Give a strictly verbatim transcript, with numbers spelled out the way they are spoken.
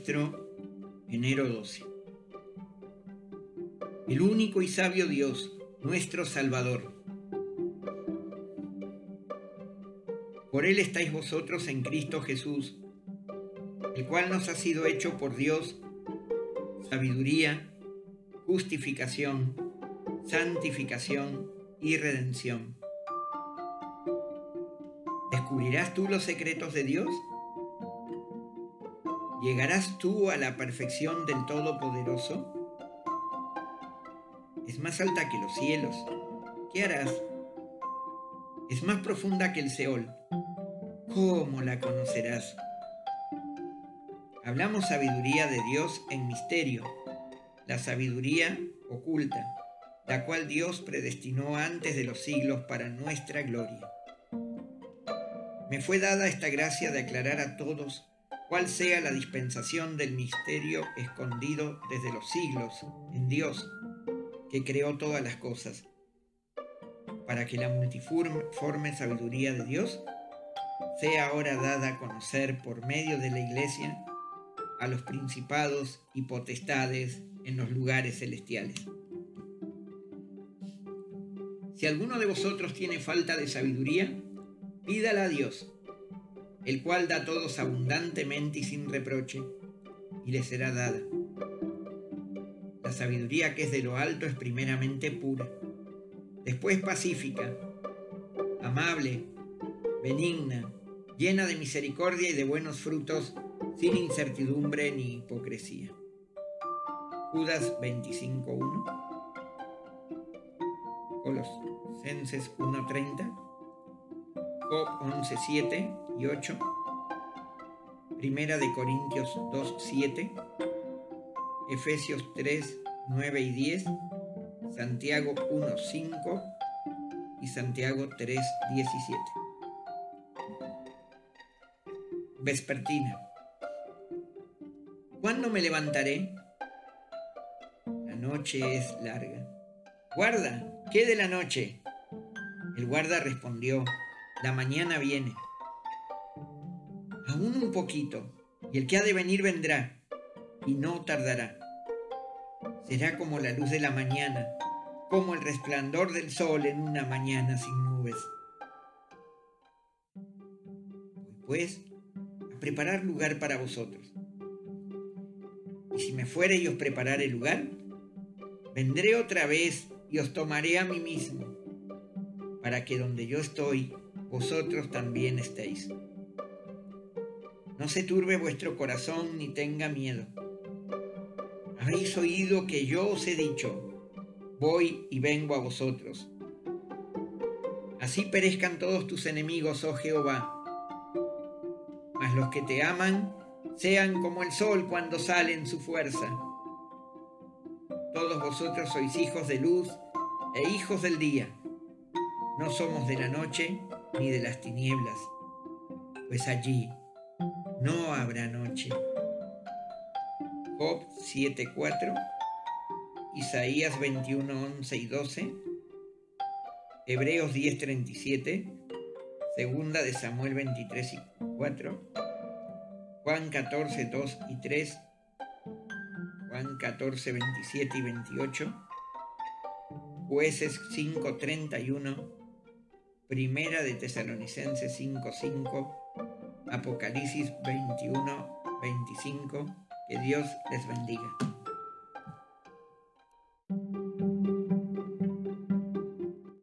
nuestro, enero doce. El único y sabio Dios, nuestro Salvador. Por Él estáis vosotros en Cristo Jesús, el cual nos ha sido hecho por Dios sabiduría, justificación, santificación y redención. ¿Descubrirás tú los secretos de Dios? ¿Llegarás tú a la perfección del Todopoderoso? Es más alta que los cielos. ¿Qué harás? Es más profunda que el Seol. ¿Cómo la conocerás? Hablamos sabiduría de Dios en misterio, la sabiduría oculta, la cual Dios predestinó antes de los siglos para nuestra gloria. Me fue dada esta gracia de aclarar a todos cuál sea la dispensación del misterio escondido desde los siglos en Dios, que creó todas las cosas, para que la multiforme sabiduría de Dios sea ahora dada a conocer por medio de la Iglesia a los principados y potestades en los lugares celestiales. Si alguno de vosotros tiene falta de sabiduría, pídala a Dios, el cual da a todos abundantemente y sin reproche, y le será dada. La sabiduría que es de lo alto es primeramente pura, después pacífica, amable, benigna, llena de misericordia y de buenos frutos, sin incertidumbre ni hipocresía. Judas veinticinco uno, Colosenses uno treinta, Job once siete y ocho, Primera de Corintios dos siete, Efesios tres nueve y diez, Santiago uno cinco y Santiago tres diecisiete. Vespertina. ¿Cuándo me levantaré? La noche es larga. Guarda, ¿qué de la noche? El guarda respondió: la mañana viene. Aún un poquito, y el que ha de venir vendrá, y no tardará. Será como la luz de la mañana, como el resplandor del sol en una mañana sin nubes. Voy pues a preparar lugar para vosotros. Y si me fuere y os preparare lugar, vendré otra vez y os tomaré a mí mismo, para que donde yo estoy, vosotros también estéis. No se turbe vuestro corazón ni tenga miedo. Habéis oído que yo os he dicho: voy y vengo a vosotros. Así perezcan todos tus enemigos, oh Jehová. Mas los que te aman sean como el sol cuando sale en su fuerza. Todos vosotros sois hijos de luz e hijos del día. No somos de la noche ni de las tinieblas, pues allí no habrá noche. Job siete cuatro, Isaías veintiuno once y doce, Hebreos diez treinta y siete, Segunda de Samuel veintitrés y cuatro, Juan catorce dos y tres, Juan catorce veintisiete y veintiocho, Jueces cinco treinta y uno, Primera de Tesalonicenses cinco cinco, Apocalipsis veintiuno veinticinco. Que Dios les bendiga.